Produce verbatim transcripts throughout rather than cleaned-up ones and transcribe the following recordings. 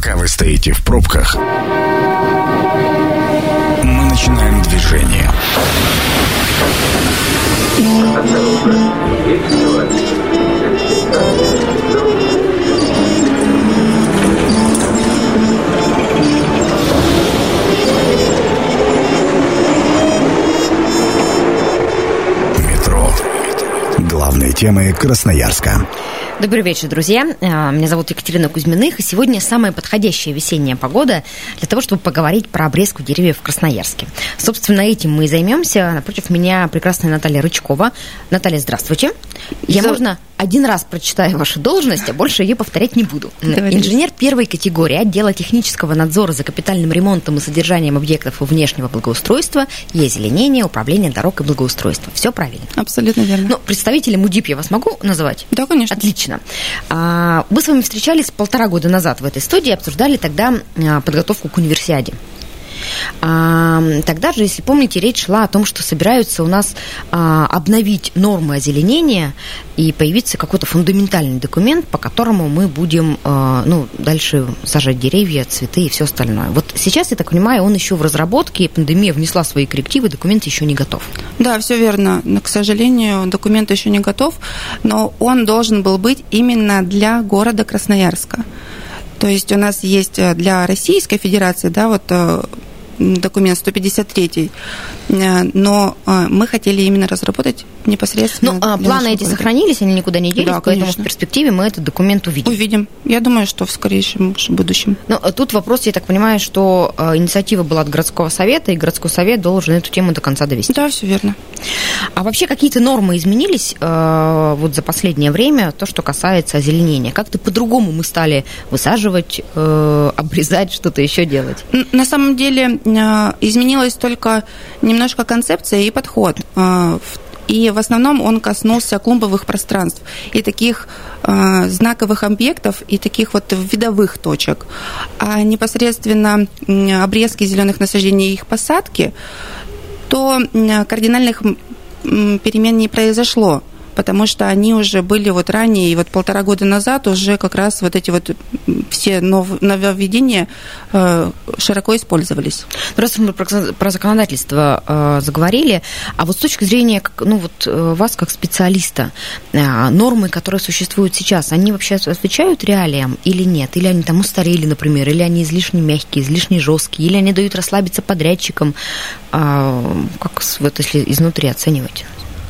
Пока вы стоите в пробках, мы начинаем движение. Метро. Главные темы Красноярска. Добрый вечер, друзья. Меня зовут Екатерина Кузьминых, и сегодня самая подходящая весенняя погода для того, чтобы поговорить про обрезку деревьев в Красноярске. Собственно, этим мы и займемся. Напротив меня прекрасная Наталья Рычкова. Наталья, здравствуйте. Я, За... можно, один раз прочитаю вашу должность, а больше ее повторять не буду. Давайте. Инженер первой категории отдела технического надзора за капитальным ремонтом и содержанием объектов внешнего благоустройства и озеленения, управления дорог и благоустройства. Все правильно? Абсолютно верно. Ну, представителем УДИП я вас могу называть? Да, конечно. Отлично. Мы с вами встречались полтора года назад в этой студии, обсуждали тогда подготовку к универсиаде. Тогда же, если помните, речь шла о том, что собираются у нас обновить нормы озеленения и появится какой-то фундаментальный документ, по которому мы будем ну, дальше сажать деревья, цветы и все остальное. Вот сейчас, я так понимаю, он еще в разработке, пандемия внесла свои коррективы, документ еще не готов. Да, все верно. Но, к сожалению, документ еще не готов, но он должен был быть именно для города Красноярска. То есть у нас есть для Российской Федерации, да, вот документ сто пятьдесят три, но мы хотели именно разработать непосредственно. Ну, а планы эти города сохранились, они никуда не делись, да, поэтому в перспективе мы этот документ увидим. Увидим. Я думаю, что в скорейшем будущем. Но тут вопрос, я так понимаю, что инициатива была от городского совета, и городской совет должен эту тему до конца довести. Да, все верно. А вообще какие-то нормы изменились э, вот за последнее время, то, что касается озеленения? Как-то по-другому мы стали высаживать, э, обрезать, что-то еще делать? На самом деле э, изменилась только немножко концепция и подход. Э, И в основном он коснулся клумбовых пространств и таких э, знаковых объектов, и таких вот видовых точек. А непосредственно э, обрезки зеленых насаждений и их посадки, то э, кардинальных э, перемен не произошло, потому что они уже были вот ранее, и вот полтора года назад уже как раз вот эти вот все нов- нововведения э, широко использовались. Раз мы про, про законодательство э, заговорили, а вот с точки зрения как, ну, вот, э, вас как специалиста, э, нормы, которые существуют сейчас, они вообще отвечают реалиям или нет? Или они там устарели, например, или они излишне мягкие, излишне жесткие, или они дают расслабиться подрядчикам? Э, как вот, если изнутри оценивать?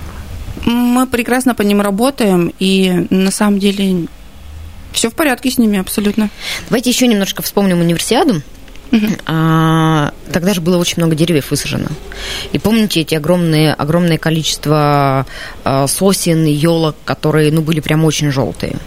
Мы прекрасно по ним работаем, и на самом деле все в порядке с ними абсолютно. Давайте еще немножко вспомним универсиаду. Угу. А, тогда же было очень много деревьев высажено. И помните эти огромные, огромное количество а, сосен и елок, которые ну, были прям очень желтые.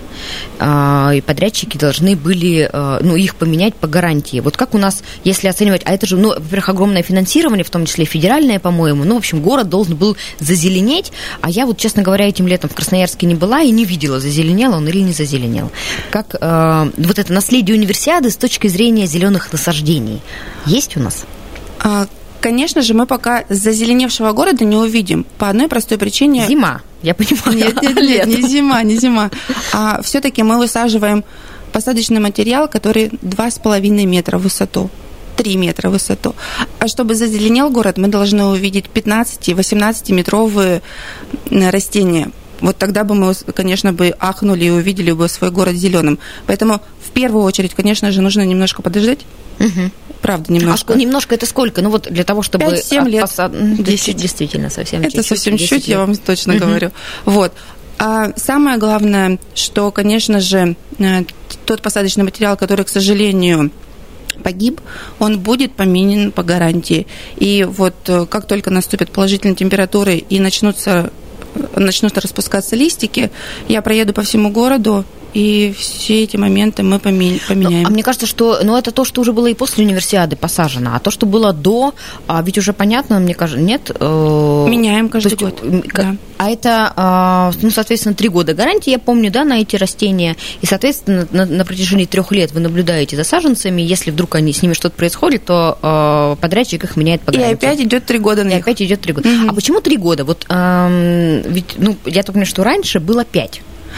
А, и подрядчики должны были а, ну, их поменять по гарантии. Вот как у нас, если оценивать, а это же, ну, во-первых, огромное финансирование, в том числе федеральное, по-моему. Ну, в общем, город должен был зазеленеть. А я вот, честно говоря, этим летом в Красноярске не была и не видела, зазеленел он или не зазеленел. Как а, вот это наследие универсиады с точки зрения зеленых насаждений есть у нас? Конечно же, мы пока зазеленевшего города не увидим по одной простой причине. Зима, я понимаю. Нет, нет, нет, не зима, не зима. А все-таки мы высаживаем посадочный материал, который два с половиной метра в высоту. три метра в высоту. А чтобы зазеленел город, мы должны увидеть пятнадцати-восемнадцатиметровые растения. Вот тогда бы мы, конечно, бы ахнули и увидели бы свой город зеленым. Поэтому в первую очередь, конечно же, нужно немножко подождать. Угу. Правда, немножко. А немножко это сколько? Ну вот для того, чтобы... пять-семь лет. Посад... десять. Действительно, совсем это чуть-чуть. Это совсем чуть-чуть, я вам точно угу. говорю. Вот. А самое главное, что, конечно же, тот посадочный материал, который, к сожалению, погиб, он будет поменен по гарантии. И вот как только наступят положительные температуры и начнутся, начнут распускаться листики, я проеду по всему городу, и все эти моменты мы поменяем. А мне кажется, что ну, это то, что уже было и после универсиады посажено, а то, что было до, а ведь уже понятно, мне кажется, нет? Э... Меняем каждый есть, год. Да. А это, ну, соответственно, три года гарантии, я помню, да, на эти растения, и, соответственно, на, на протяжении трех лет вы наблюдаете за саженцами, если вдруг они, с ними что-то происходит, то э, подрядчик их меняет по гарантии. И опять идет три года на них. И опять идет три года. Угу. А почему три года? Вот, э, ведь, ну, я так понимаю, что раньше было пять.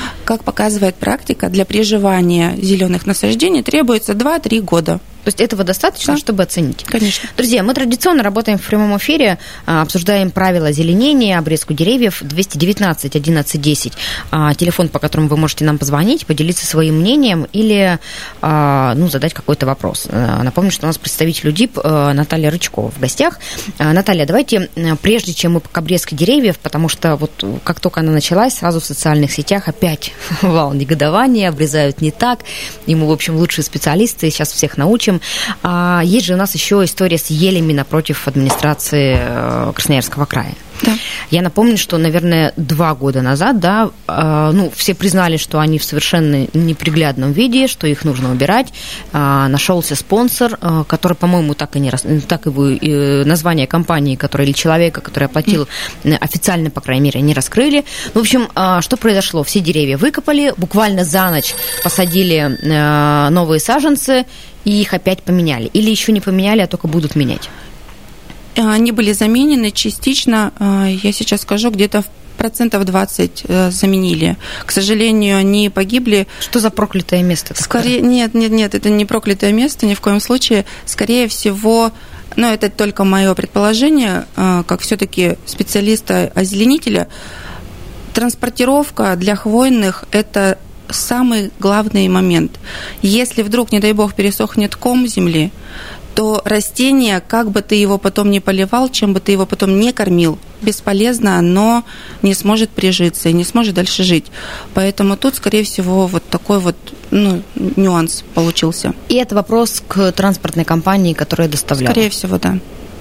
Как показывает практика, для приживания зеленых насаждений требуется два-три года. То есть этого достаточно, да, чтобы оценить? Конечно. Друзья, мы традиционно работаем в прямом эфире, обсуждаем правила озеленения, обрезку деревьев. двести девятнадцать одиннадцать десять, телефон, по которому вы можете нам позвонить, поделиться своим мнением или ну, задать какой-то вопрос. Напомню, что у нас представитель УДИП Наталья Рычкова в гостях. Наталья, давайте, прежде чем мы к обрезке деревьев, потому что вот как только она началась, сразу в социальных сетях опять вал негодования, обрезают не так, и мы, в общем, лучшие специалисты, сейчас всех научим. А есть же у нас еще история с елями напротив администрации Красноярского края. Да. Я напомню, что, наверное, два года назад, да, э, ну, все признали, что они в совершенно неприглядном виде, что их нужно убирать. Э, нашелся спонсор, э, который, по-моему, так и не рас... так его э, название компании, который, или человека, который оплатил, mm. официально, по крайней мере, не раскрыли. В общем, э, что произошло? Все деревья выкопали, буквально за ночь посадили э, новые саженцы, и их опять поменяли. Или еще не поменяли, а только будут менять? Они были заменены частично, я сейчас скажу, где-то в процентов двадцать заменили. К сожалению, они погибли. Что за проклятое место? Скорее, нет, нет, нет, это не проклятое место, ни в коем случае. Скорее всего, но это только мое предположение, как все-таки специалиста-озеленителя, транспортировка для хвойных – это самый главный момент. Если вдруг, не дай бог, пересохнет ком земли, то растение, как бы ты его потом не поливал, чем бы ты его потом не кормил, бесполезно, оно не сможет прижиться и не сможет дальше жить. Поэтому тут, скорее всего, вот такой вот ну, нюанс получился. И это вопрос к транспортной компании, которая доставляла? Скорее всего, да.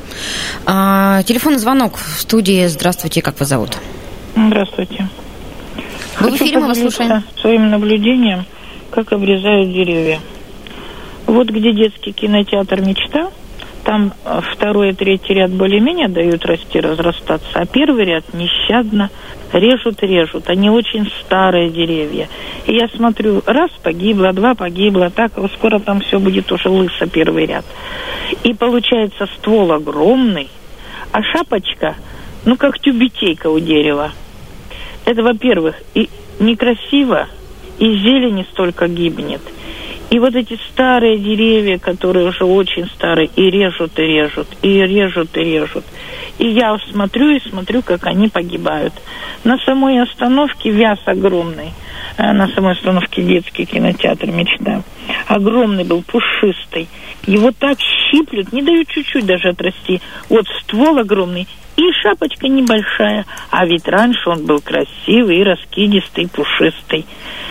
А, телефонный звонок в студии. Здравствуйте, как вас зовут? Здравствуйте. Вы в эфире, мы вас слушаем. Своим наблюдением, как обрезают деревья. Вот где детский кинотеатр «Мечта», там второй и третий ряд более-менее дают расти, разрастаться, а первый ряд нещадно режут и режут. Они очень старые деревья. И я смотрю, раз погибло, два погибло, так, скоро там все будет уже лысо, первый ряд. И получается ствол огромный, а шапочка, ну, как тюбетейка у дерева. Это, во-первых, и некрасиво, и зелени столько гибнет. И вот эти старые деревья, которые уже очень старые, и режут, и режут, и режут, и режут. И я смотрю и смотрю, как они погибают. На самой остановке вяз огромный, на самой остановке детский кинотеатр «Мечта». Огромный был, пушистый. Его так щиплют, не дают чуть-чуть даже отрасти. Вот ствол огромный и шапочка небольшая. А ведь раньше он был красивый и раскидистый, пушистый.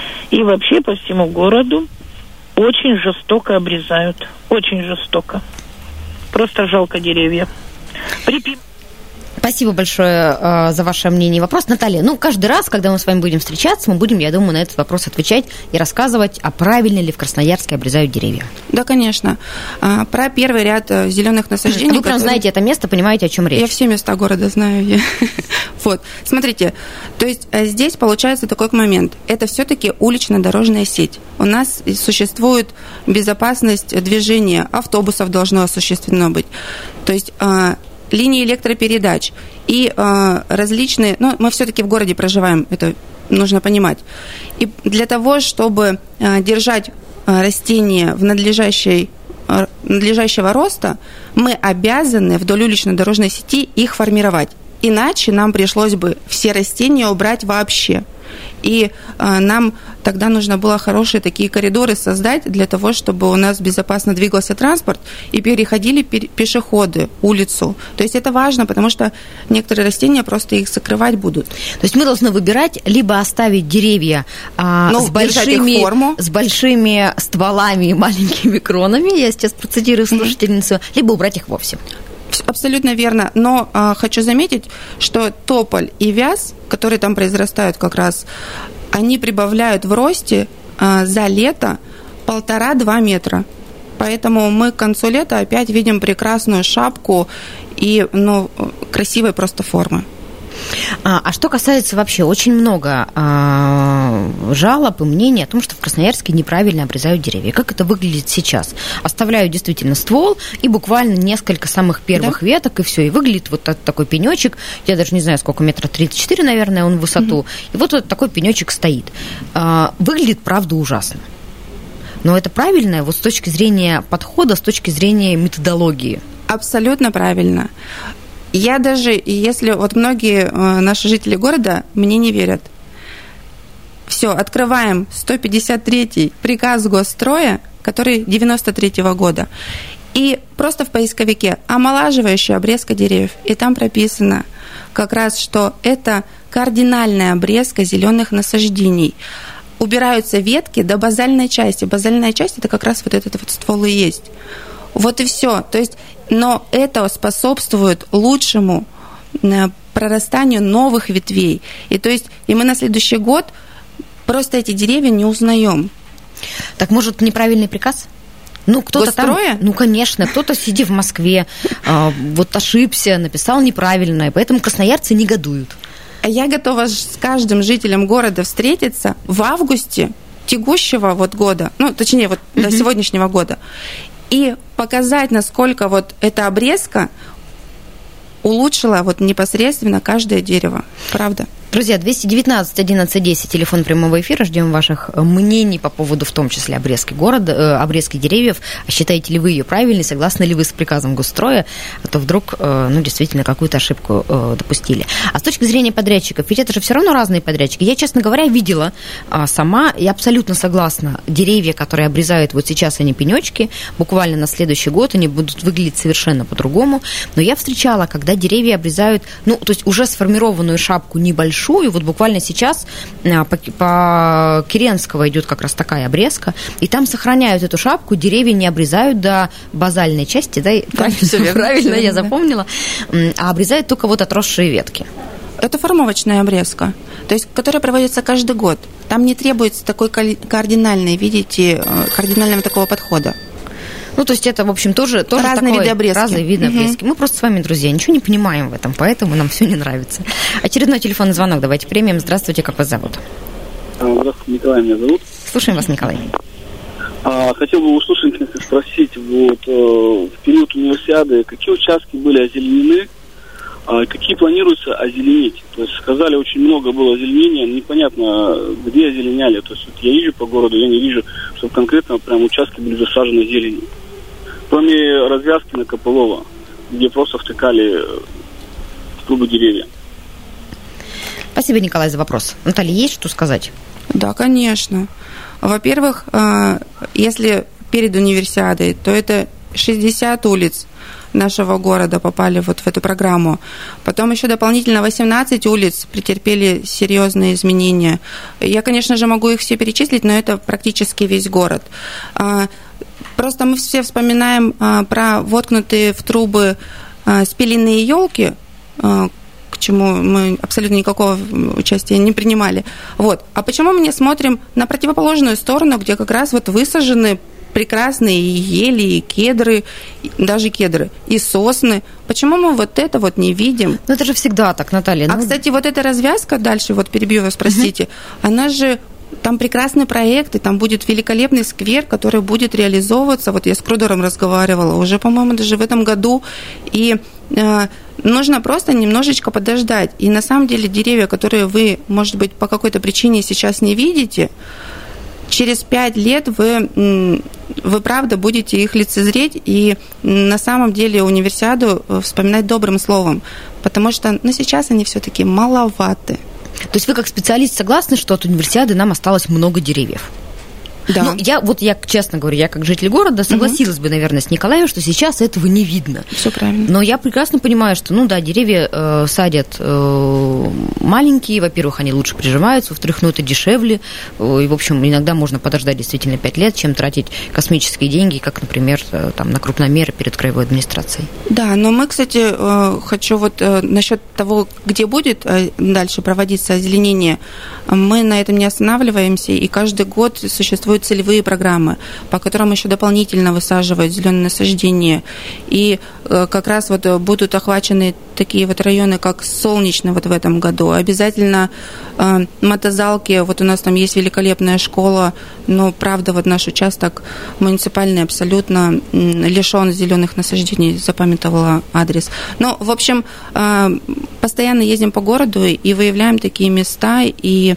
И вообще по всему городу очень жестоко обрезают. Очень жестоко. Просто жалко деревья. Припи... Спасибо большое э, за ваше мнение и вопрос. Наталья, ну, каждый раз, когда мы с вами будем встречаться, мы будем, я думаю, на этот вопрос отвечать и рассказывать, а правильно ли в Красноярске обрезают деревья. Да, конечно. А, про первый ряд зеленых насаждений... Вы прям которые... знаете это место, понимаете, о чем речь. Я все места города знаю. Вот, смотрите, то есть здесь получается такой момент. Это все-таки улично-дорожная сеть. У нас существует безопасность движения, автобусов должно осуществлено быть. То есть... линии электропередач и э, различные... Ну, мы все-таки в городе проживаем, это нужно понимать. И для того, чтобы э, держать э, растения в надлежащей, э, надлежащего роста, мы обязаны вдоль улично-дорожной сети их формировать. Иначе нам пришлось бы все растения убрать вообще. И э, нам тогда нужно было хорошие такие коридоры создать для того, чтобы у нас безопасно двигался транспорт и переходили пе- пешеходы улицу. То есть это важно, потому что некоторые растения просто их закрывать будут. То есть мы должны выбирать либо оставить деревья а, с, большими, с большими стволами и маленькими кронами, я сейчас процитирую слушательницу, mm-hmm. либо убрать их вовсе. Абсолютно верно, но а, хочу заметить, что тополь и вяз, которые там произрастают как раз, они прибавляют в росте а, за лето полтора-два метра. Поэтому мы к концу лета опять видим прекрасную шапку и ну, красивой просто формы. А, а что касается вообще, очень много а, жалоб и мнений о том, что в Красноярске неправильно обрезают деревья. Как это выглядит сейчас? Оставляют действительно ствол и буквально несколько самых первых да? веток, и все. И выглядит вот такой пенечек, я даже не знаю, сколько, метра тридцать четыре, наверное, он в высоту. Угу. И вот, вот такой пенечек стоит. А, выглядит, правда, ужасно. Но это правильно вот с точки зрения подхода, с точки зрения методологии? Абсолютно правильно. Я даже, если вот многие наши жители города мне не верят. Все, открываем сто пятьдесят третий приказ Госстроя, который девяносто третьего года. И просто в поисковике омолаживающая обрезка деревьев. И там прописано как раз, что это кардинальная обрезка зеленых насаждений. Убираются ветки до базальной части. Базальная часть – это как раз вот этот вот ствол и есть. Вот и все. То есть, но это способствует лучшему прорастанию новых ветвей. И то есть, и мы на следующий год просто эти деревья не узнаем. Так, может, неправильный приказ? Ну, кто-то Госстроя? Там, ну, конечно, кто-то, сидя в Москве, э, вот ошибся, написал неправильно, и поэтому красноярцы негодуют. Я готова с каждым жителем города встретиться в августе текущего вот года, ну, точнее, вот mm-hmm. до сегодняшнего года, и показать, насколько вот эта обрезка улучшила вот непосредственно каждое дерево. Правда. Друзья, двести девятнадцать одиннадцать десять, телефон прямого эфира. Ждем ваших мнений по поводу, в том числе, обрезки города, э, обрезки деревьев. Считаете ли вы ее правильной, согласны ли вы с приказом Госстроя, а то вдруг, э, ну, действительно, какую-то ошибку э, допустили. А с точки зрения подрядчиков, ведь это же все равно разные подрядчики. Я, честно говоря, видела э, сама, и абсолютно согласна, деревья, которые обрезают вот сейчас, они пенечки, буквально на следующий год они будут выглядеть совершенно по-другому. Но я встречала, когда деревья обрезают, ну, то есть уже сформированную шапку небольшую, и вот буквально сейчас по, по Киренского идет как раз такая обрезка, и там сохраняют эту шапку, деревья не обрезают до базальной части, да, правильно, правильно я запомнила, а обрезают только вот отросшие ветки. Это формовочная обрезка, то есть, которая проводится каждый год. Там не требуется такой кардинальной, видите, кардинального такого подхода. Ну, то есть это, в общем, тоже, тоже разные виды обрезки. Разные виды угу. обрезки. Мы просто с вами, друзья, ничего не понимаем в этом, поэтому нам все не нравится. Очередной телефонный звонок давайте примем. Здравствуйте, как вас зовут? Здравствуйте, Николай меня зовут. Слушаем вас, Николай. А, хотел бы у слушателей спросить, вот э, в период универсиады какие участки были озеленены, а какие планируется озеленить? То есть сказали, очень много было озеленения, непонятно, где озеленяли. То есть вот я езжу по городу, я не вижу, чтобы конкретно прям участки были засажены зеленью. Кроме развязки на Копылова, где просто втыкали в трубы деревья. Спасибо, Николай, за вопрос. Наталья, есть что сказать? Да, конечно. Во-первых, если перед универсиадой, то это шестьдесят улиц нашего города попали вот в эту программу. Потом еще дополнительно восемнадцать улиц претерпели серьезные изменения. Я, конечно же, могу их все перечислить, но это практически весь город. Просто мы все вспоминаем про воткнутые в трубы спиленные елки, к чему мы абсолютно никакого участия не принимали. Вот. А почему мы не смотрим на противоположную сторону, где как раз вот высажены прекрасные и ели, и кедры, даже кедры, и сосны. Почему мы вот это вот не видим? Ну, это же всегда так, Наталья. А, ну... кстати, вот эта развязка дальше, вот перебью вас, простите, uh-huh. она же... Там прекрасный проект, и там будет великолепный сквер, который будет реализовываться. Вот я с Крудером разговаривала уже, по-моему, даже в этом году. И э, нужно просто немножечко подождать. И на самом деле деревья, которые вы, может быть, по какой-то причине сейчас не видите, через пять лет вы, вы правда будете их лицезреть и на самом деле универсиаду вспоминать добрым словом. Потому что ну, сейчас они все-таки маловаты. То есть вы как специалист согласны, что от универсиады нам осталось много деревьев? Да. Ну, я, вот я, честно говорю, я как житель города согласилась угу. бы, наверное, с Николаем, что сейчас этого не видно. Все правильно. Но я прекрасно понимаю, что, ну да, деревья э, садят э, маленькие, во-первых, они лучше прижимаются, во-вторых, ну это дешевле, э, и, в общем, иногда можно подождать действительно пять лет, чем тратить космические деньги, как, например, э, там, на крупномеры перед краевой администрацией. Да, но мы, кстати, э, хочу вот э, насчет того, где будет э, дальше проводиться озеленение, мы на этом не останавливаемся, и каждый год существует существуют целевые программы, по которым еще дополнительно высаживают зеленые насаждения. И как раз вот будут охвачены такие вот районы, как Солнечный вот в этом году. Обязательно мотозалки, вот у нас там есть великолепная школа, но, правда, вот наш участок муниципальный абсолютно лишен зеленых насаждений, запамятовала адрес. Ну, в общем, постоянно ездим по городу и выявляем такие места, и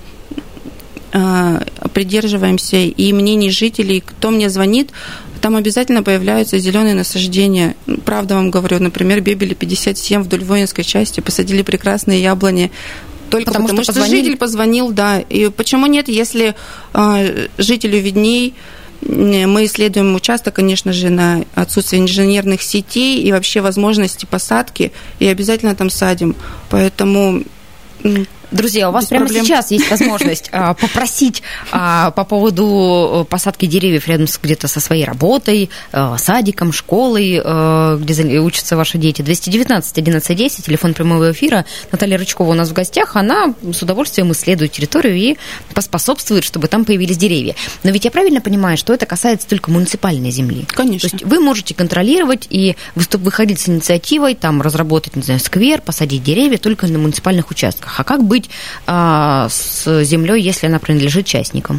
придерживаемся и мнений жителей. Кто мне звонит, там обязательно появляются зеленые насаждения. Правда вам говорю, например, Бебеля пятьдесят семь вдоль воинской части посадили прекрасные яблони. Только потому, потому что, что житель позвонил, да. И почему нет, если э, жителю видней, мы исследуем участок, конечно же, на отсутствие инженерных сетей и вообще возможности посадки, и обязательно там садим. Поэтому... Друзья, у вас прямо проблем. Сейчас есть возможность а, попросить а, по поводу посадки деревьев рядом с, где-то со своей работой, а, садиком, школой, а, где учатся ваши дети. двести девятнадцать одиннадцать десять, телефон прямого эфира. Наталья Рычкова у нас в гостях. Она с удовольствием исследует территорию и поспособствует, чтобы там появились деревья. Но ведь я правильно понимаю, что это касается только муниципальной земли? Конечно. То есть вы можете контролировать и выходить с инициативой, там, разработать, не знаю, сквер, посадить деревья только на муниципальных участках. А как быть с землей, если она принадлежит частникам?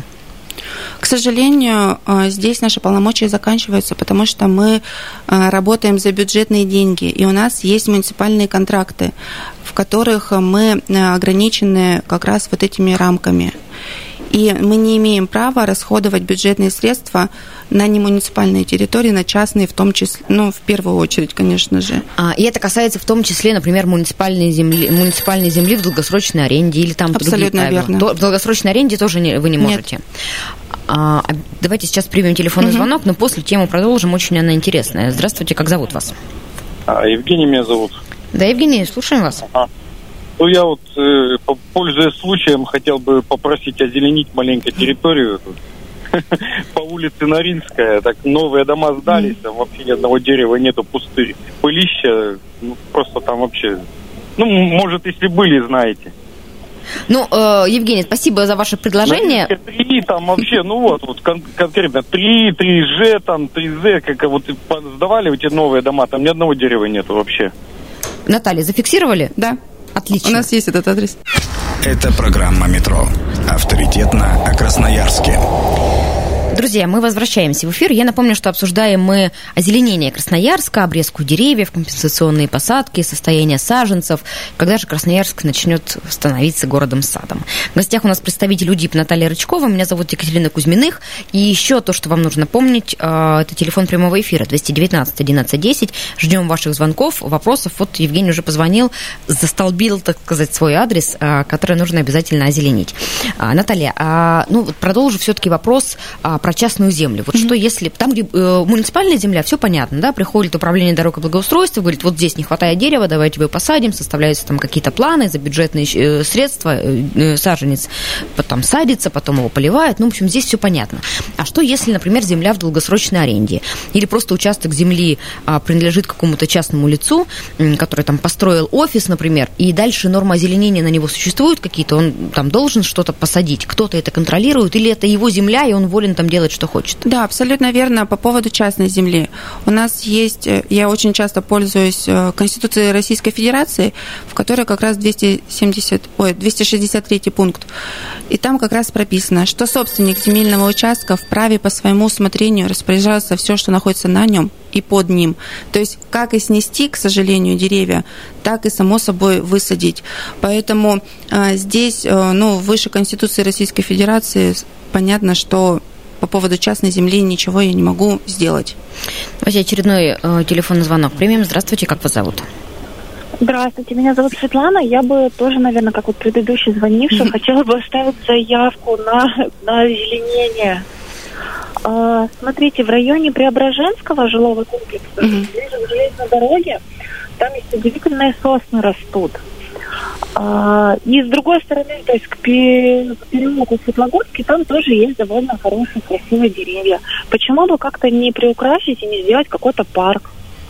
К сожалению, здесь наши полномочия заканчиваются, потому что мы работаем за бюджетные деньги, и у нас есть муниципальные контракты, в которых мы ограничены как раз вот этими рамками. И мы не имеем права расходовать бюджетные средства на немуниципальные территории, на частные в том числе, ну, в первую очередь, конечно же. А, и это касается в том числе, например, муниципальной земли, муниципальной земли в долгосрочной аренде или там абсолютно верно. В долгосрочной аренде тоже не, вы не можете. Нет. А, давайте сейчас примем телефонный угу. звонок, но после тему продолжим, очень она интересная. Здравствуйте, как зовут вас? А, Евгений меня зовут. Да, Евгений, слушаем вас. Ага. Ну, я вот, э, пользуясь случаем, хотел бы попросить озеленить маленько территорию по улице Наринская. Так новые дома сдались, там вообще ни одного дерева нету, пустырь, пылища, ну, просто там вообще... Ну, может, если были, знаете. Ну, э, Евгений, спасибо за ваше предложение. три, там вообще, ну вот, вот кон- конкретно три, три Ж, там три З, как вот сдавали эти новые дома, там ни одного дерева нету вообще. Наталья, зафиксировали? Да. Отлично. У нас есть этот адрес. Это программа «Метро». Авторитетно о Красноярске. Друзья, мы возвращаемся в эфир. Я напомню, что обсуждаем мы озеленение Красноярска, обрезку деревьев, компенсационные посадки, состояние саженцев. Когда же Красноярск начнет становиться городом-садом? В гостях у нас представитель УДИП Наталья Рычкова. Меня зовут Екатерина Кузьминых. И еще то, что вам нужно помнить, это телефон прямого эфира двести девятнадцать одиннадцать десять. Ждем ваших звонков, вопросов. Вот Евгений уже позвонил, застолбил, так сказать, свой адрес, который нужно обязательно озеленить. Наталья, ну продолжу все-таки вопрос про частную землю. Вот mm-hmm. что если... Там, где э, муниципальная земля, все понятно, да, приходит управление дорог и благоустройства, говорит, вот здесь не хватает дерева, давайте его посадим, составляются там какие-то планы за бюджетные э, средства, э, саженец потом садится, потом его поливают, ну, в общем, здесь все понятно. А что если, например, земля в долгосрочной аренде? Или просто участок земли а, принадлежит какому-то частному лицу, который там построил офис, например, и дальше нормы озеленения на него существуют какие-то, он там должен что-то посадить, кто-то это контролирует, или это его земля, и он волен там делать, что хочет. Да, абсолютно верно. По поводу частной земли. У нас есть, я очень часто пользуюсь Конституцией Российской Федерации, в которой как раз двести семьдесят, ой, двести шестьдесят третий пункт. И там как раз прописано, что собственник земельного участка вправе по своему усмотрению распоряжаться все, что находится на нем и под ним. То есть как и снести, к сожалению, деревья, так и, само собой, высадить. Поэтому а, здесь, а, ну, выше Конституции Российской Федерации понятно, что по поводу частной земли ничего я не могу сделать. Давайте очередной э, телефонный звонок примем. Здравствуйте, как вас зовут? Здравствуйте, меня зовут Светлана. Я бы тоже, наверное, как вот предыдущий звонивший, mm-hmm. хотела бы оставить заявку на, на озеленение. А, смотрите, в районе Преображенского жилого комплекса, mm-hmm. ближе к железной дороге, там есть удивительные сосны растут. А, и с другой стороны, то есть к переулку Светлогорский, там тоже есть довольно хорошие, красивые деревья. Почему бы как-то не приукрасить и не сделать какой-то парк?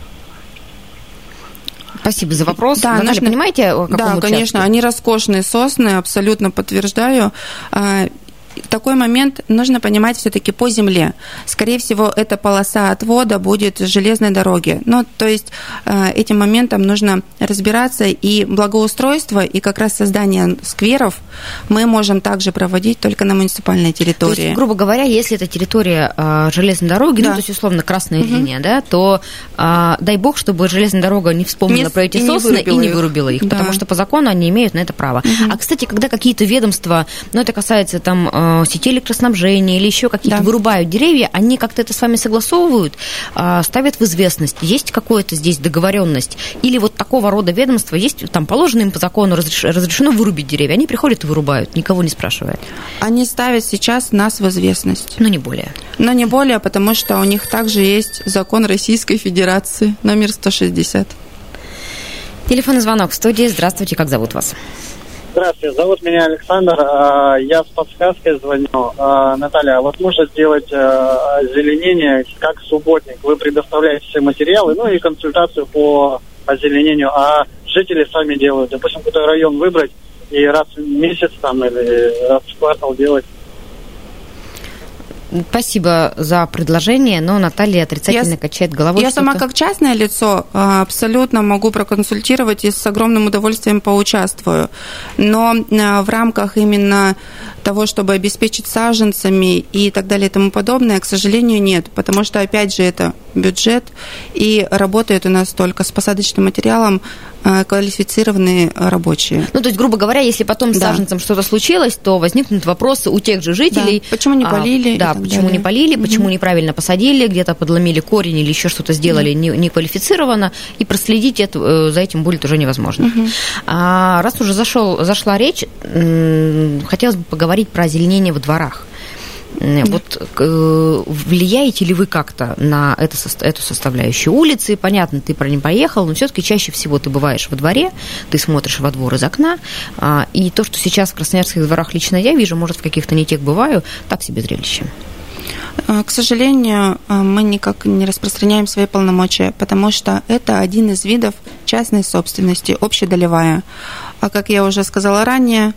Спасибо за вопрос. Да, Наталья, нужно... понимаете, о каком Да, участке? Конечно, они роскошные сосны, абсолютно подтверждаю. Там такой момент нужно понимать все-таки по земле. Скорее всего, эта полоса отвода будет с железной дороги. Ну, то есть этим моментом нужно разбираться, и благоустройство, и как раз создание скверов мы можем также проводить только на муниципальной территории. То есть, грубо говоря, если это территория э, железной дороги, да. ну, то есть, условно, красная угу. линия, да, то э, дай бог, чтобы железная дорога не вспомнила не, про эти сосны и не вырубила их, их да. потому что по закону они имеют на это право. Угу. А, кстати, когда какие-то ведомства, ну, это касается там э, сети электроснабжения или еще какие-то, да. вырубают деревья, они как-то это с вами согласовывают, э, ставят в известность, есть какое-то здесь договоренность, или вот такого рода ведомства есть, там положено им по закону разреш, разрешено вырубить деревья, они приходят и вырубают, никого не спрашивая. Они ставят сейчас нас в известность. Но не более. Но не более, потому что у них также есть закон Российской Федерации, номер сто шестьдесят. Телефонный звонок в студии. Здравствуйте, как зовут вас? Здравствуйте, зовут меня Александр. Я с подсказкой звоню. Наталья, а вот можно сделать озеленение как субботник? Вы предоставляете все материалы, ну и консультацию по озеленению, а жители сами делают. Допустим, какой-то район выбрать и раз в месяц там или раз в квартал делать. Спасибо за предложение, но Наталья отрицательно я, качает головой. Я что-то... сама как частное лицо абсолютно могу проконсультировать и с огромным удовольствием поучаствую. Но в рамках именно того, чтобы обеспечить саженцами и так далее и тому подобное, к сожалению, нет. Потому что, опять же, это бюджет, и работает у нас только с посадочным материалом квалифицированные рабочие. Ну, то есть, грубо говоря, если потом с да. саженцем что-то случилось, то возникнут вопросы у тех же жителей. Да. Почему не полили? А, да, почему далее. не полили, угу. почему неправильно посадили, где-то подломили корень или еще что-то сделали угу. не, не квалифицированно, и проследить это, за этим будет уже невозможно. Угу. А, раз уже зашел, зашла речь, хотелось бы поговорить про озеленение во дворах. Вот э, влияете ли вы как-то на это, эту составляющую улицы? Понятно, ты про не поехал, но все-таки чаще всего ты бываешь во дворе, ты смотришь во двор из окна, э, и то, что сейчас в красноярских дворах лично я вижу, может, в каких-то не тех бываю, так себе зрелище. К сожалению, мы никак не распространяем свои полномочия, потому что это один из видов частной собственности, общедолевая. А как я уже сказала ранее...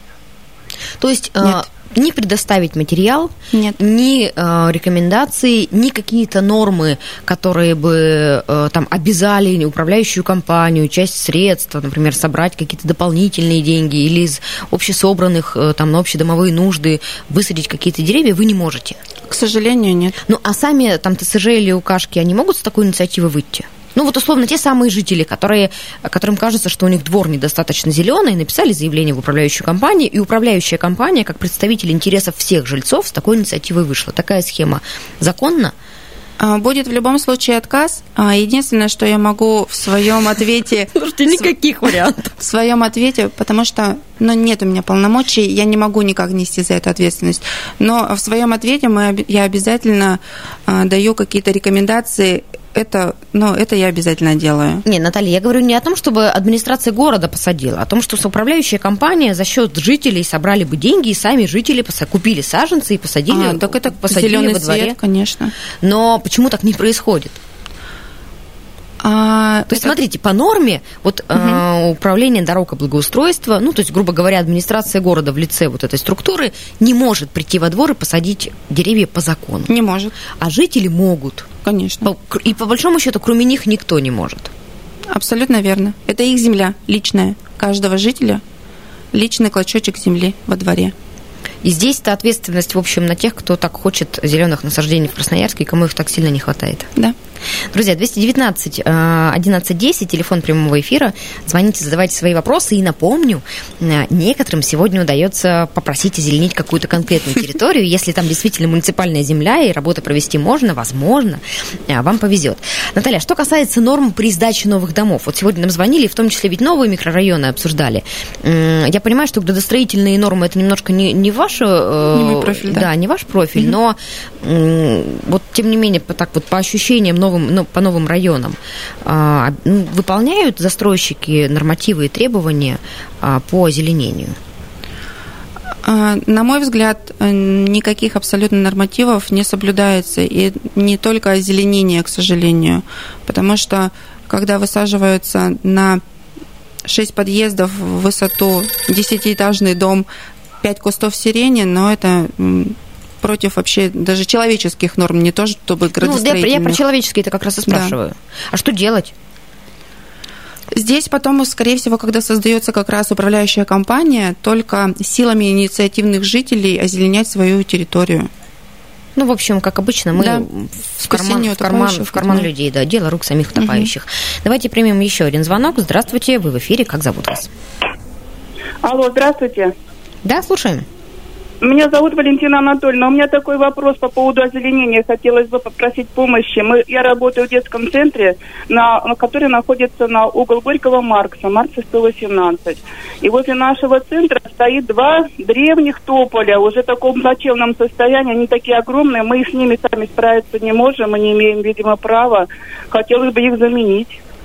То есть... Нет. Ни предоставить материал, Нет. ни э, рекомендации, ни какие-то нормы, которые бы э, там обязали управляющую компанию, часть средств, например, собрать какие-то дополнительные деньги или из общесобранных э, там, на общедомовые нужды высадить какие-то деревья, вы не можете. К сожалению, нет. Ну, а сами там ТСЖ или УКашки, они могут с такой инициативой выйти? Ну, вот, условно, те самые жители, которые, которым кажется, что у них двор недостаточно зеленый, написали заявление в управляющую компанию, и управляющая компания, как представитель интересов всех жильцов, с такой инициативой вышла. Такая схема законна? Будет в любом случае отказ. Единственное, что я могу в своем ответе... Слушайте, никаких вариантов. В своем ответе, потому что ну, нет у меня полномочий, я не могу никак нести за это ответственность. Но в своем ответе мы, я обязательно даю какие-то рекомендации. Это, ну, это я обязательно делаю. Не, Наталья, я говорю не о том, чтобы администрация города посадила, а о том, что управляющая компания за счет жителей собрали бы деньги, и сами жители купили саженцы и посадили, а, так это посадили зеленый во дворе. Цвет, конечно. Но почему так не происходит? А, то есть, это... смотрите, по норме вот, угу. э, управление дорог и благоустройства, ну, то есть, грубо говоря, администрация города в лице вот этой структуры не может прийти во двор и посадить деревья по закону. Не может. А жители могут. Конечно. И по большому счету, кроме них, никто не может. Абсолютно верно. Это их земля личная, каждого жителя, личный клочочек земли во дворе. И здесь-то ответственность, в общем, на тех, кто так хочет зеленых насаждений в Красноярске, и кому их так сильно не хватает. Да. Друзья, двести девятнадцать одиннадцать десять, телефон прямого эфира. Звоните, задавайте свои вопросы. И напомню, некоторым сегодня удается попросить озеленить какую-то конкретную территорию. Если там действительно муниципальная земля и работы провести можно, возможно, вам повезет. Наталья, что касается норм при сдаче новых домов. Вот сегодня нам звонили, в том числе ведь новые микрорайоны обсуждали. Я понимаю, что градостроительные нормы это немножко не, не ваш... Не мой профиль, да. Да, не ваш профиль, mm-hmm. но вот тем не менее, так вот по ощущениям новых Ну, по новым районам, а, выполняют застройщики нормативы и требования а, по озеленению? На мой взгляд, никаких абсолютно нормативов не соблюдается. И не только озеленение, к сожалению. Потому что, когда высаживаются на шесть подъездов в высоту десятиэтажный дом пять кустов сирени, но это против вообще даже человеческих норм, не то чтобы градостроительных. Ну, я, я про человеческие-то как раз и спрашиваю. Да. А что делать? Здесь потом, скорее всего, когда создается как раз управляющая компания, только силами инициативных жителей озеленять свою территорию. Ну, в общем, как обычно, мы да. в карман, в карман, в карман людей, да, дело рук самих утопающих. Угу. Давайте примем еще один звонок. Здравствуйте, вы в эфире, как зовут вас? Алло, здравствуйте. Да, слушаем. Меня зовут Валентина Анатольевна. У меня такой вопрос по поводу озеленения. Хотелось бы попросить помощи. Мы, я работаю в детском центре, на, который находится на угол Горького Маркса, Маркса сто восемнадцать. И возле нашего центра стоит два древних тополя, уже в таком плачевном состоянии. Они такие огромные, мы с ними сами справиться не можем, мы не имеем, видимо, права. Хотелось бы их заменить.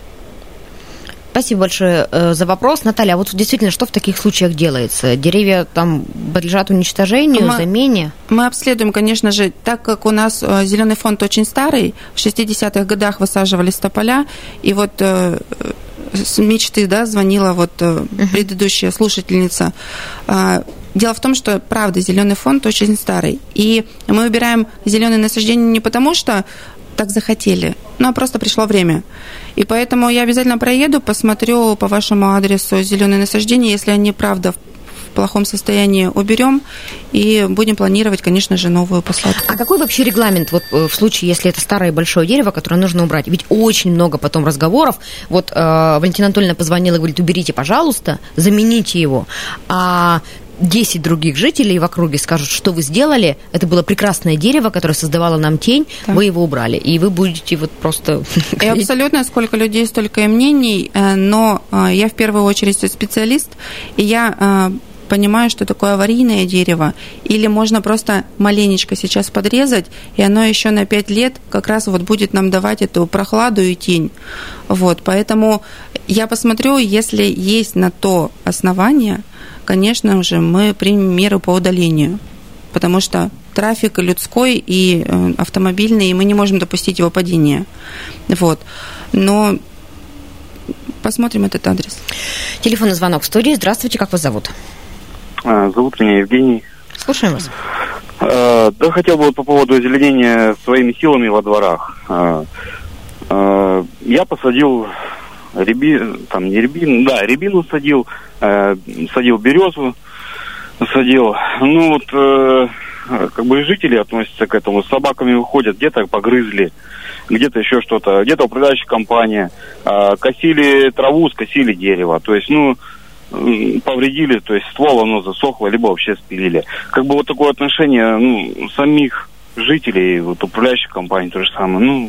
Спасибо большое за вопрос. Наталья, а вот действительно, что в таких случаях делается? Деревья там подлежат уничтожению, мы, замене? Мы обследуем, конечно же, так как у нас зеленый фонд очень старый, в шестидесятых годах высаживались тополя, и вот э, с мечты, да, звонила вот uh-huh. предыдущая слушательница. Дело в том, что, правда, зеленый фонд очень старый, и мы убираем зеленые насаждения не потому, что так захотели, ну, а просто пришло время. И поэтому я обязательно проеду, посмотрю по вашему адресу зеленые насаждения. Если они, правда, в плохом состоянии, уберем и будем планировать, конечно же, новую посадку. А какой вообще регламент вот в случае, если это старое большое дерево, которое нужно убрать? Ведь очень много потом разговоров. Вот э, Валентина Анатольевна позвонила и говорит, уберите, пожалуйста, замените его. А десять других жителей в округе скажут, что вы сделали, это было прекрасное дерево, которое создавало нам тень, да. Вы его убрали, и вы будете вот просто... И абсолютно, сколько людей, столько и мнений, но я в первую очередь специалист, и я понимаю, что такое аварийное дерево, или можно просто маленечко сейчас подрезать, и оно еще на пять лет как раз вот будет нам давать эту прохладу и тень. Вот, поэтому я посмотрю, если есть на то основание, конечно же, мы примем меры по удалению, потому что трафик людской и автомобильный, и мы не можем допустить его падения. Вот. Но посмотрим этот адрес. Телефонный звонок в студии. Здравствуйте, как вас зовут? Зовут меня Евгений. Слушаем вас. Да, хотел бы по поводу озеленения своими силами во дворах. Я посадил рябину, там не рябину, да, рябину садил, э, садил березу, садил. Ну вот, э, как бы жители относятся к этому, с собаками выходят, где-то погрызли, где-то еще что-то, где-то управляющая компания, э, косили траву, скосили дерево, то есть, ну, повредили, то есть ствол оно засохло, либо вообще спилили. Как бы вот такое отношение, ну, самих жителей, вот управляющей компании то же самое, ну,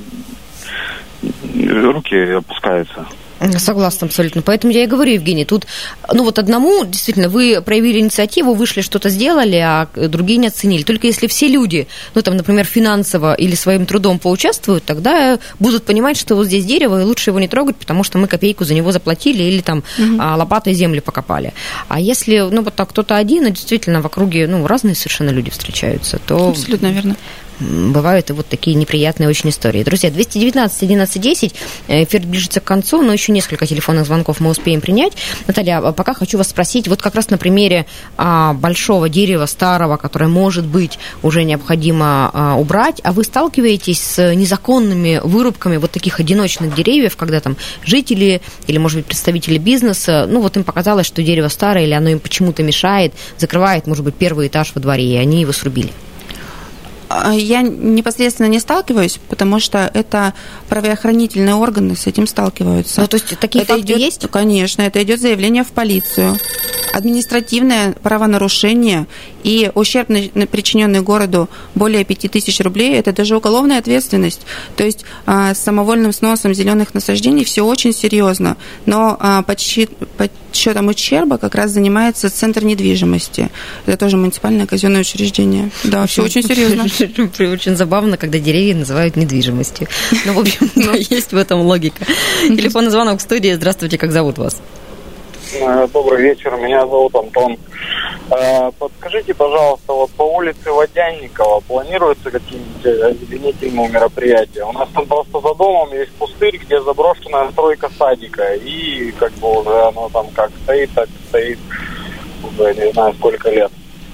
руки опускаются. Согласна абсолютно. Поэтому я и говорю, Евгений, тут, ну вот одному, действительно, вы проявили инициативу, вышли, что-то сделали, а другие не оценили. Только если все люди, ну там, например, финансово или своим трудом поучаствуют, тогда будут понимать, что вот здесь дерево, и лучше его не трогать, потому что мы копейку за него заплатили или там угу. лопатой землю покопали. А если, ну вот так кто-то один, и действительно в округе, ну, разные совершенно люди встречаются, то... Абсолютно верно. Бывают и вот такие неприятные очень истории. Друзья, двести девятнадцать одиннадцать десять, эфир ближется к концу, но еще несколько телефонных звонков мы успеем принять. Наталья, пока хочу вас спросить, вот как раз на примере а, большого дерева, старого, которое, может быть, уже необходимо а, убрать, а вы сталкиваетесь с незаконными вырубками вот таких одиночных деревьев, когда там жители или, может быть, представители бизнеса, ну вот им показалось, что дерево старое или оно им почему-то мешает, закрывает, может быть, первый этаж во дворе, и они его срубили? Я непосредственно не сталкиваюсь, потому что это правоохранительные органы с этим сталкиваются. Ну, то есть такие это факты идет, есть? Конечно, это идет заявление в полицию. Административное правонарушение и ущерб, причиненный городу, более пяти тысяч рублей, это даже уголовная ответственность. То есть с самовольным сносом зеленых насаждений все очень серьезно. Но подсчетом ущерба как раз занимается Центр недвижимости. Это тоже муниципальное казенное учреждение. Да, все очень серьезно. Очень забавно, когда деревья называют недвижимостью. Ну, в общем, есть в этом логика. Телефонный звонок в студии. Здравствуйте, как зовут вас? Добрый вечер, меня зовут Антон. Подскажите, пожалуйста, вот по улице Водянникова планируются какие-нибудь озеленительные мероприятия? У нас там просто за домом есть пустырь, где заброшенная стройка садика, и как бы уже оно там как стоит, так стоит уже не знаю сколько лет.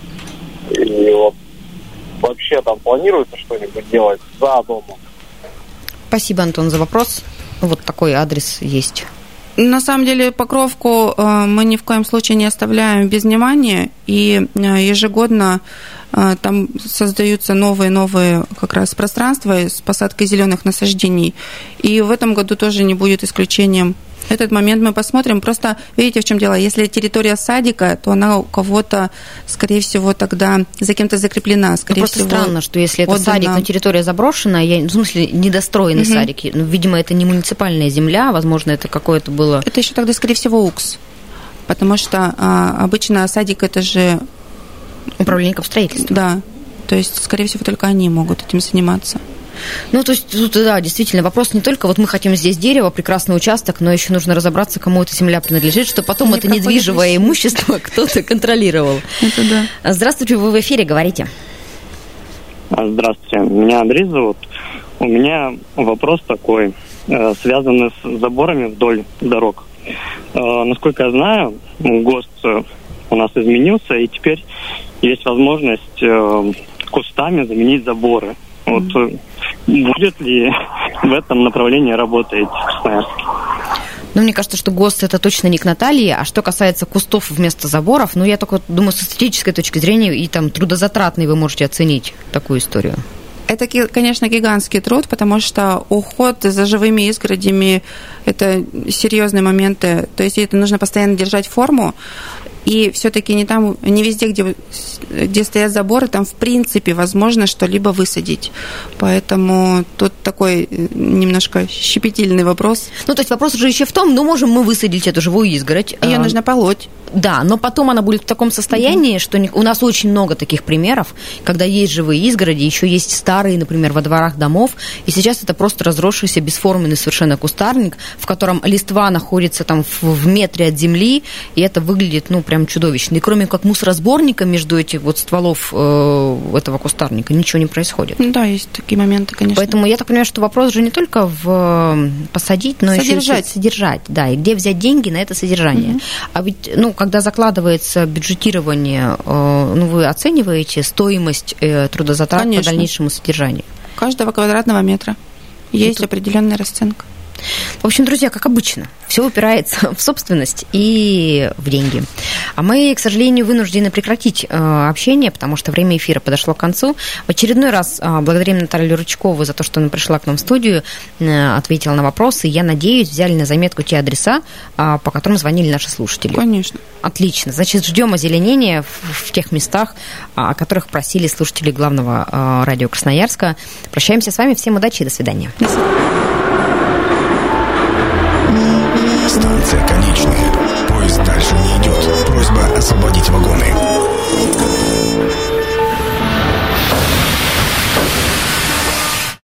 И вот вообще там планируется что-нибудь делать за домом? Спасибо, Антон, за вопрос. Вот такой адрес есть. На самом деле Покровку мы ни в коем случае не оставляем без внимания, и ежегодно там создаются новые-новые как раз пространства с посадкой зеленых насаждений. И в этом году тоже не будет исключением. Этот момент мы посмотрим. Просто, видите, в чем дело? Если территория садика, то она у кого-то, скорее всего, тогда за кем-то закреплена. Скорее ну, просто всего, странно, что если это отдана. Садик, но территория заброшенная, я, в смысле, недостроенный угу. садик, ну, видимо, это не муниципальная земля, возможно, это какое-то было... Это еще тогда, скорее всего, УКС. Потому что а, обычно садик – это же... Управление строительством. Да. То есть, скорее всего, только они могут этим заниматься. Ну, то есть, тут, да, действительно, вопрос не только, вот мы хотим здесь дерево, прекрасный участок, но еще нужно разобраться, кому эта земля принадлежит, чтобы потом не это недвижимое имущество кто-то контролировал. Это да. Здравствуйте, вы в эфире, говорите. Здравствуйте, меня Андрей зовут. У меня вопрос такой, связанный с заборами вдоль дорог. Насколько я знаю, ГОСТ у нас изменился, и теперь есть возможность кустами заменить заборы. Вот будет ли в этом направлении работать в Красноярске? Ну, мне кажется, что ГОСТ это точно не к Наталье, а что касается кустов вместо заборов, ну, я только думаю, с эстетической точки зрения и там трудозатратной вы можете оценить такую историю. Это, конечно, гигантский труд, потому что уход за живыми изгородями – это серьезные моменты. То есть это нужно постоянно держать форму. И все-таки не там, не везде, где, где стоят заборы, там в принципе возможно что-либо высадить. Поэтому тут такой немножко щепетильный вопрос. Ну, то есть вопрос уже еще в том, ну, можем мы высадить эту живую изгородь. Ее а, нужно полоть. Да, но потом она будет в таком состоянии, mm-hmm. что не, у нас очень много таких примеров, когда есть живые изгороди, еще есть старые, например, во дворах домов, и сейчас это просто разросшийся бесформенный совершенно кустарник, в котором листва находится там в, в метре от земли, и это выглядит, ну, прям чудовищно. И кроме как мусоросборника между этих вот стволов э, этого кустарника ничего не происходит. Ну, да, есть такие моменты, конечно. Поэтому я так понимаю, что вопрос же не только в посадить, но содержать. еще и содержать. Да, и где взять деньги на это содержание. Mm-hmm. А ведь, ну, когда закладывается бюджетирование, э, ну, вы оцениваете стоимость э, трудозатрат конечно. По дальнейшему содержанию? Каждого квадратного метра есть тут... определенная расценка. В общем, друзья, как обычно, все упирается в собственность и в деньги. А мы, к сожалению, вынуждены прекратить э, общение, потому что время эфира подошло к концу. В очередной раз э, благодарим Наталью Рычкову за то, что она пришла к нам в студию, э, ответила на вопросы. Я надеюсь, взяли на заметку те адреса, э, по которым звонили наши слушатели. Конечно. Отлично. Значит, ждем озеленения в, в тех местах, о которых просили слушатели главного э, радио Красноярска. Прощаемся с вами. Всем удачи и до свидания. До свидания. Станция конечная. Поезд дальше не идет. Просьба освободить вагоны.